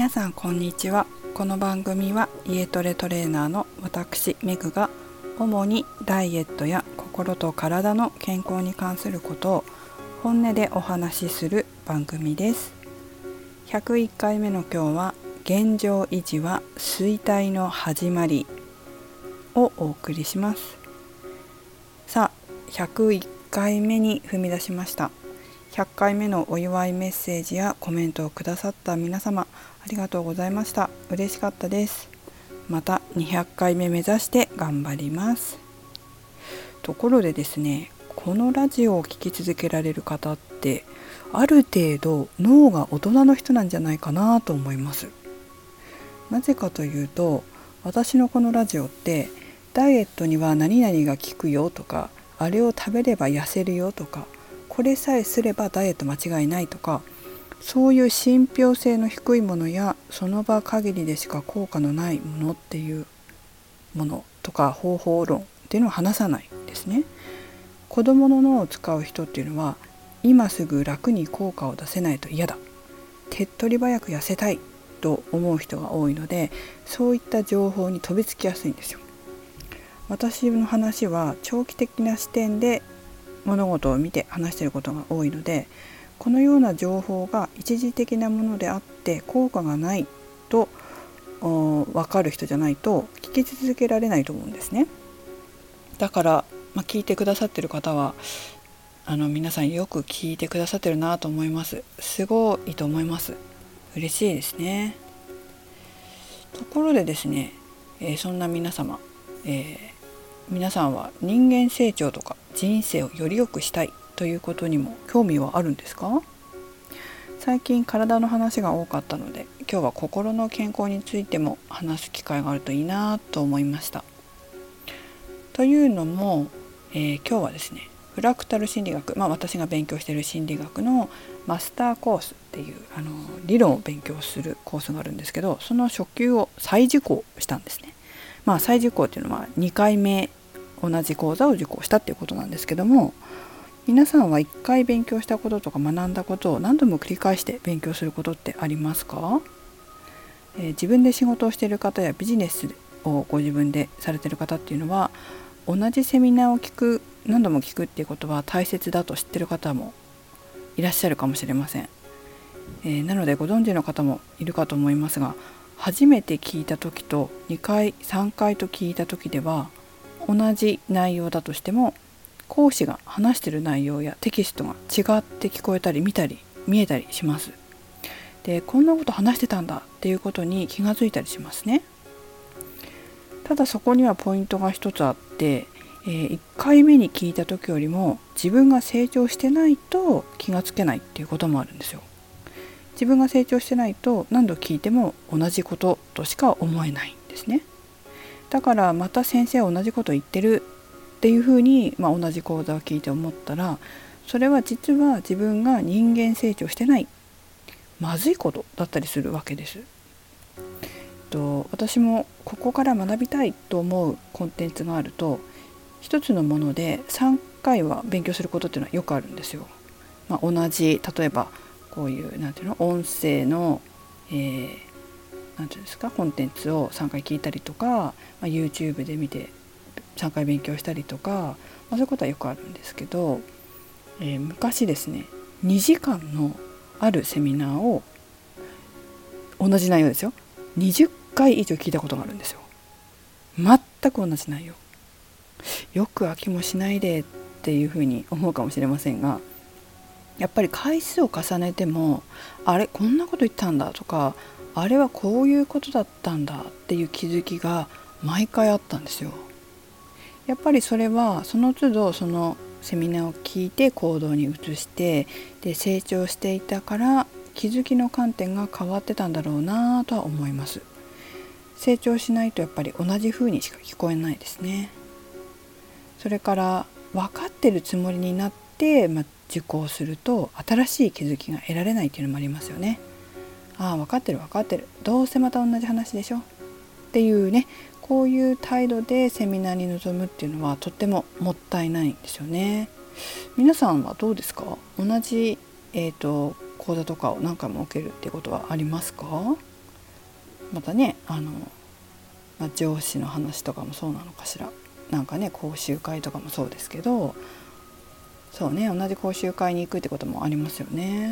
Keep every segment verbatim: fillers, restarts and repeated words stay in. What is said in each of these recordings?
皆さんこんにちは。この番組は家トレトレーナーの私メグが主にダイエットや心と体の健康に関することを本音でお話しする番組です。ひゃくいっかいめの今日は現状維持は衰退の始まりをお送りします。さあひゃくいっかいめに踏み出しました。ひゃっかいめのお祝いメッセージやコメントをくださった皆様ありがとうございました。嬉しかったです。またにひゃっかいめ目指して頑張ります。ところでですね、このラジオを聴き続けられる方ってある程度脳が大人の人なんじゃないかなと思います。なぜかというと、私のこのラジオってダイエットには何々が効くよとか、あれを食べれば痩せるよとか、これさえすればダイエット間違いないとか、そういう信憑性の低いものやその場限りでしか効果のないものっていうものとか方法論っていうのを話さないんですね。子どもの脳を使う人っていうのは今すぐ楽に効果を出せないと嫌だ、手っ取り早く痩せたいと思う人が多いので、そういった情報に飛びつきやすいんですよ。私の話は長期的な視点で物事を見て話していることが多いので、このような情報が一時的なものであって効果がないと分かる人じゃないと聞き続けられないと思うんですね。だから、まあ、聞いてくださっている方はあの皆さんよく聞いてくださってるなと思います。すごいと思います。嬉しいですね。ところでですね、えー、そんな皆様、えー、皆さんは人間成長とか人生をより良くしたいということにも興味はあるんですか？最近体の話が多かったので、今日は心の健康についても話す機会があるといいなと思いました。というのも、えー、今日はですね、フラクタル心理学、まあ、私が勉強している心理学のマスターコースっていうあの理論を勉強するコースがあるんですけど、その初級を再受講したんですね。まあ、再受講っていうのはにかいめ同じ講座を受講したっていうことなんですけども、皆さんはいっかい勉強したこととか学んだことを何度も繰り返して勉強することってありますか？えー、自分で仕事をしている方やビジネスをご自分でされている方っていうのは、同じセミナーを聞く何度も聞くっていうことは大切だと知っている方もいらっしゃるかもしれません。えー、なのでご存知の方もいるかと思いますが、初めて聞いた時とにかいさんかいと聞いた時では同じ内容だとしても、講師が話している内容やテキストが違って聞こえたり見たり見えたりします。で、こんなこと話してたんだっていうことに気がついたりしますね。ただそこにはポイントが一つあって、えー、いっかいめに聞いた時よりも自分が成長してないと気がつけないっていうこともあるんですよ。自分が成長してないと何度聞いても同じこととしか思えないんですね。だからまた先生は同じこと言ってるっていうふうに、まあ、同じ講座を聞いて思ったら、それは実は自分が人間成長してないまずいことだったりするわけです。と私もここから学びたいと思うコンテンツがあると、一つのものでさんかいは勉強することっていうのはよくあるんですよ。まあ、同じ例えばこういうなんていうの音声の、えー、なんていうんですかコンテンツをさんかい聞いたりとか、まあ、YouTube で見てさんかい勉強したりとか、まあ、そういうことはよくあるんですけど、えー、昔ですねにじかんのあるセミナーを同じ内容ですよにじゅっかい以上聞いたことがあるんですよ。全く同じ内容。よく飽きもしないでっていうふうに思うかもしれませんが、やっぱり回数を重ねても、あれこんなこと言ったんだとか、あれはこういうことだったんだっていう気づきが毎回あったんですよ。やっぱりそれはその都度そのセミナーを聞いて行動に移して、で成長していたから気づきの観点が変わってたんだろうなとは思います。成長しないとやっぱり同じ風にしか聞こえないですね。それから分かってるつもりになって、まあ、受講すると新しい気づきが得られないっていうのもありますよね。ああ分かってる分かってる、どうせまた同じ話でしょっていうね、こういう態度でセミナーに臨むっていうのはとってももったいないんですよね。皆さんはどうですか？同じ、えーと、講座とかを何回も受けるっていうことはありますか？ またねあの、まあ、上司の話とかもそうなのかしら、なんかね講習会とかもそうですけど、そうね同じ講習会に行くってこともありますよね。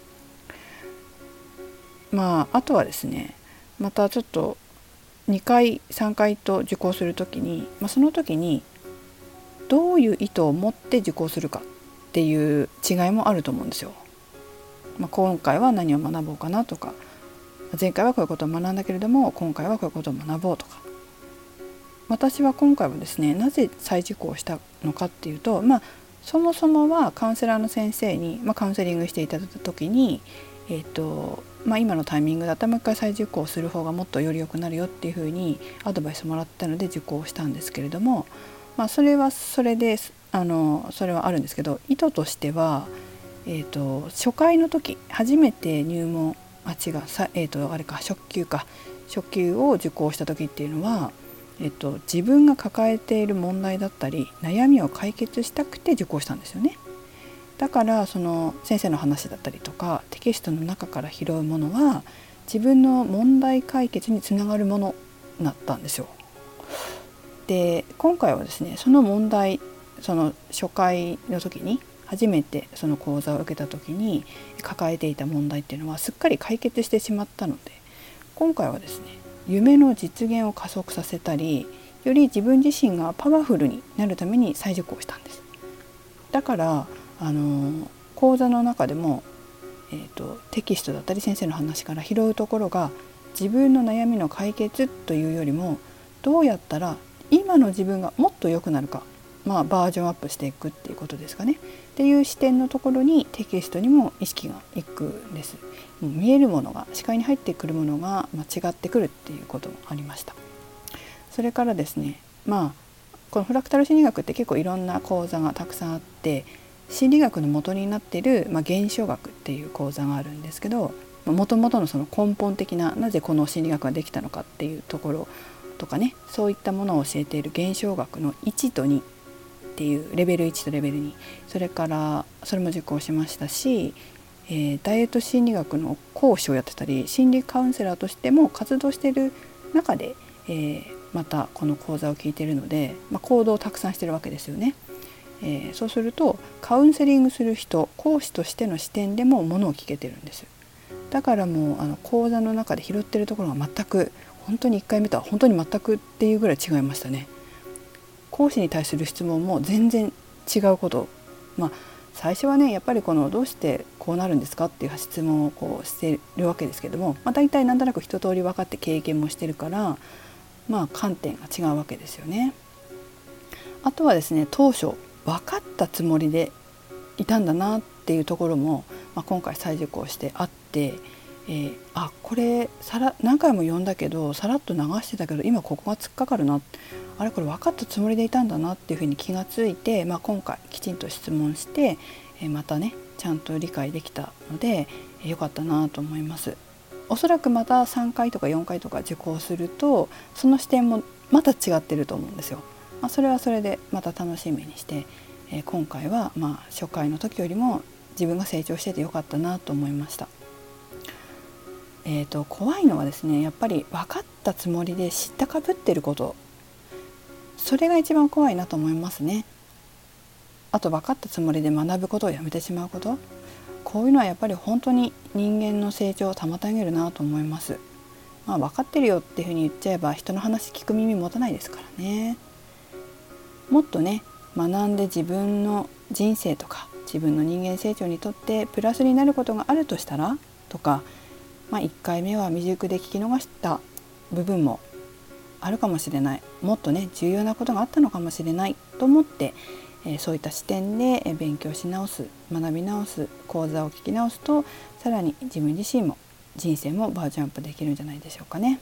まああとはですね、またちょっとにかいさんかいと受講するときに、まあ、その時にどういう意図を持って受講するかっていう違いもあると思うんですよ。まあ、今回は何を学ぼうかなとか、前回はこういうことを学んだけれども今回はこういうことを学ぼうとか。私は今回はですね、なぜ再受講したのかっていうと、まあそもそもはカウンセラーの先生に、まあ、カウンセリングしていただいた時に、えーとまあ、今のタイミングだったらもう一回再受講する方がもっとより良くなるよっていうふうにアドバイスもらったので受講したんですけれども、まあ、それはそれであのそれはあるんですけど、意図としては、えーと初回の時初めて入門あ違うさ、えーとあれか初級か初級を受講した時っていうのは、えっと、自分が抱えている問題だったり悩みを解決したくて受講したんですよね。だからその先生の話だったりとかテキストの中から拾うものは自分の問題解決につながるものだったんですよ。で今回はですね、その問題、その初回の時に初めてその講座を受けた時に抱えていた問題っていうのはすっかり解決してしまったので、今回はですね夢の実現を加速させたり、より自分自身がパワフルになるために再受講したんです。だからあの講座の中でも、えーと、テキストだったり先生の話から拾うところが自分の悩みの解決というよりも、どうやったら今の自分がもっと良くなるか、まあ、バージョンアップしていくっていうことですかねっていう視点のところにテキストにも意識がいくんです。もう見えるものが視界に入ってくるものが間違ってくるっていうこともありました。それからですね、まあこのフラクタル心理学って結構いろんな講座がたくさんあって、心理学の元になっている、まあ、現象学っていう講座があるんですけど、もともとのその根本的ななぜこの心理学ができたのかっていうところとかね、そういったものを教えている現象学のいちとにっていうレベルいちとレベルに、それからそれも受講しましたし、えー、ダイエット心理学の講師をやってたり心理カウンセラーとしても活動している中で、えー、またこの講座を聞いているので、まあ、行動をたくさんしてるわけですよね。えー、そうするとカウンセリングする人、講師としての視点でもものを聞けてるんです。だからもうあの講座の中で拾ってるところが全く、本当にいっかいめとは本当に全くっていうぐらい違いましたね。講師に対する質問も全然違うこと、まあ最初はねやっぱりこのどうしてこうなるんですかっていう質問をこうしてるわけですけども、まあ、大体なんとなく一通り分かって経験もしてるから、まあ観点が違うわけですよね。あとはですね、当初分かったつもりでいたんだなっていうところも、まあ、今回再受講してあって、えー、あこれさら何回も読んだけどさらっと流してたけど今ここが突っかかるな、あれこれ分かったつもりでいたんだなっていうふうに気がついて、まあ、今回きちんと質問して、えー、またねちゃんと理解できたので、えー、よかったなと思います。おそらくまたさんかいとかよんかいとか受講するとその視点もまた違ってると思うんですよ。まあ、それはそれでまた楽しみにして、えー、今回はまあ初回の時よりも自分が成長しててよかったなと思いました。えーと、怖いのはですね、やっぱり分かったつもりで知ったかぶってること、それが一番怖いなと思いますね。あと分かったつもりで学ぶことをやめてしまうこと、こういうのはやっぱり本当に人間の成長を妨げるなと思います。まあ、分かってるよっていうふうに言っちゃえば人の話聞く耳持たないですからね。もっとね学んで自分の人生とか自分の人間成長にとってプラスになることがあるとしたらとか、まあ、いっかいめは未熟で聞き逃した部分もあるかもしれない、もっとね重要なことがあったのかもしれないと思って、えー、そういった視点で勉強し直す、学び直す、講座を聞き直すとさらに自分自身も人生もバージョンアップできるんじゃないでしょうかね。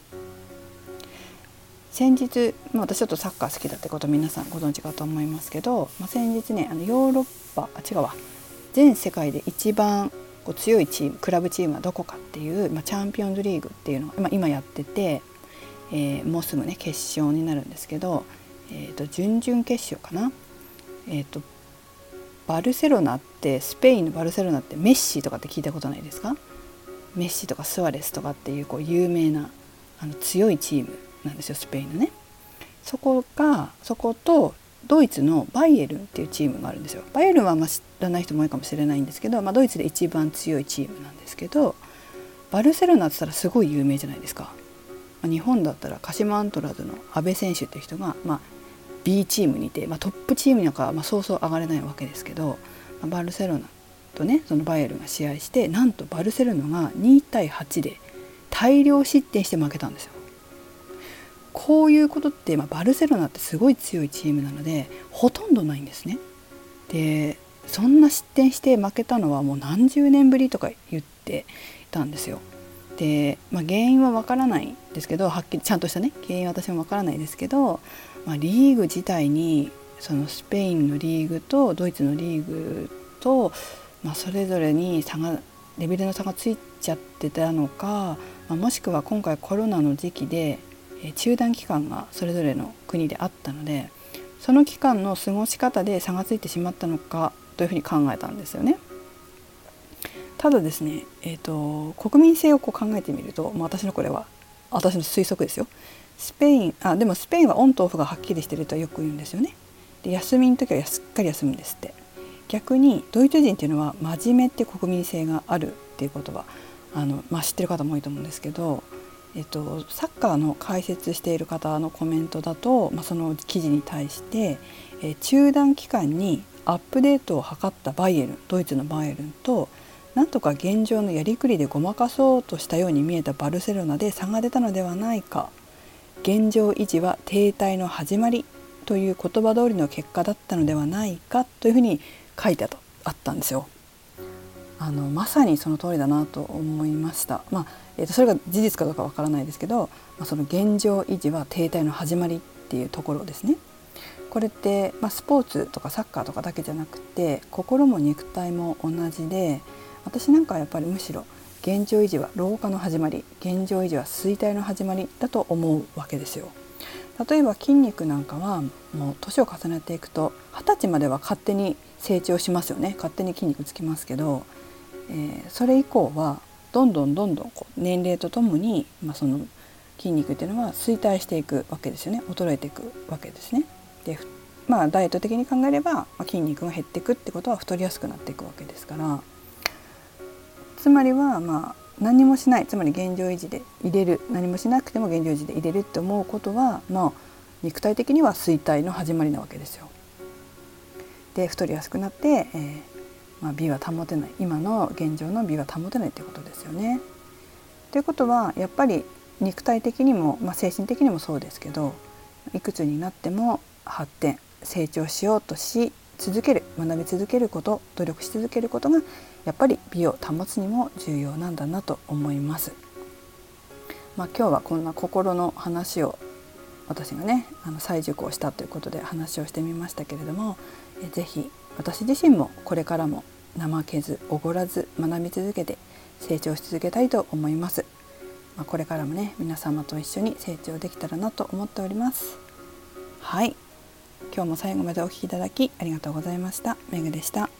先日、まあ、私ちょっとサッカー好きだってこと皆さんご存知かと思いますけど、まあ、先日ねあのヨーロッパあ違うわ全世界で一番こう強いチームクラブチームはどこかっていう、まあ、チャンピオンズリーグっていうのを、まあ、今やってて、えー、もうすぐね決勝になるんですけど、えー、と準々決勝かな、えー、とバルセロナってスペインのバルセロナってメッシとかって聞いたことないですか？メッシとかスアレスとかっていう、こう有名なあの強いチームなんですよ、スペインのね。そこがそことドイツのバイエルンっていうチームがあるんですよ。バイエルンはあんま知らない人も多いかもしれないんですけど、まあ、ドイツで一番強いチームなんですけど、バルセロナって言ったらすごい有名じゃないですか。まあ、日本だったら鹿島アントラーズの阿部選手っていう人が、まあ、B チームにいて、まあ、トップチームなんかはまあそうそう上がれないわけですけど、まあ、バルセロナとねそのバイエルンが試合して、なんとバルセロナがにたいはちで大量失点して負けたんですよ。こういうことって、まあ、バルセロナってすごい強いチームなのでほとんどないんですね。でそんな失点して負けたのはもう何十年ぶりとか言ってたんですよ。で、まあ、原因はわからないですけど、はっきりちゃんとしたね原因は私もわからないですけど、まあ、リーグ自体にそのスペインのリーグとドイツのリーグと、まあ、それぞれに差がレベルの差がついちゃってたのか、まあ、もしくは今回コロナの時期で中断期間がそれぞれの国であったので、その期間の過ごし方で差がついてしまったのかというふうに考えたんですよね。ただですね、えーと、国民性をこう考えてみると、まあ、私のこれは私の推測ですよ。スペインあでもスペインはオンとオフがはっきりしてるとよく言うんですよね。で休みの時はしっかり休むんですって。逆にドイツ人っていうのは真面目って国民性があるっていうことはあの、まあ、知ってる方も多いと思うんですけど、えっと、サッカーの解説している方のコメントだと、まあ、その記事に対して、えー、中断期間にアップデートを図ったバイエルンドイツのバイエルンと、なんとか現状のやりくりでごまかそうとしたように見えたバルセロナで差が出たのではないか、現状維持は停滞の始まりという言葉通りの結果だったのではないかというふうに書いてあったんですよ。あのまさにその通りだなと思いました。まあえー、とそれが事実かどうかわからないですけど、まあ、その現状維持は停滞の始まりっていうところですね。これって、まあ、スポーツとかサッカーとかだけじゃなくて心も肉体も同じで、私なんかはやっぱりむしろ現状維持は老化の始まり、現状維持は衰退の始まりだと思うわけですよ。例えば筋肉なんかはもう年を重ねていくとはたちまでは勝手に成長しますよね。勝手に筋肉つきますけど、えー、それ以降はどんどんどんどんこう年齢とともに、まあ、その筋肉っていうのは衰退していくわけですよね。衰えていくわけですね。で、まあ、ダイエット的に考えれば、まあ、筋肉が減っていくってことは太りやすくなっていくわけですから、つまりはまあ何もしない、つまり現状維持で入れる、何もしなくても現状維持で入れるって思うことは、まあ、肉体的には衰退の始まりなわけですよ。で太りやすくなって、えーまあ、美は保てない、今の現状の美は保てないってことですよね。ということはやっぱり肉体的にも、まあ、精神的にもそうですけど、いくつになっても発展成長しようとし続ける、学び続けること、努力し続けることがやっぱり美を保つにも重要なんだなと思います。まあ、今日はこんな心の話を私がねあの再受講したということで話をしてみましたけれども、えぜひ私自身もこれからも怠けずおごらず学び続けて成長し続けたいと思います。まあ、これからもね皆様と一緒に成長できたらなと思っております。はい、今日も最後までお聞きいただきありがとうございました。めぐでした。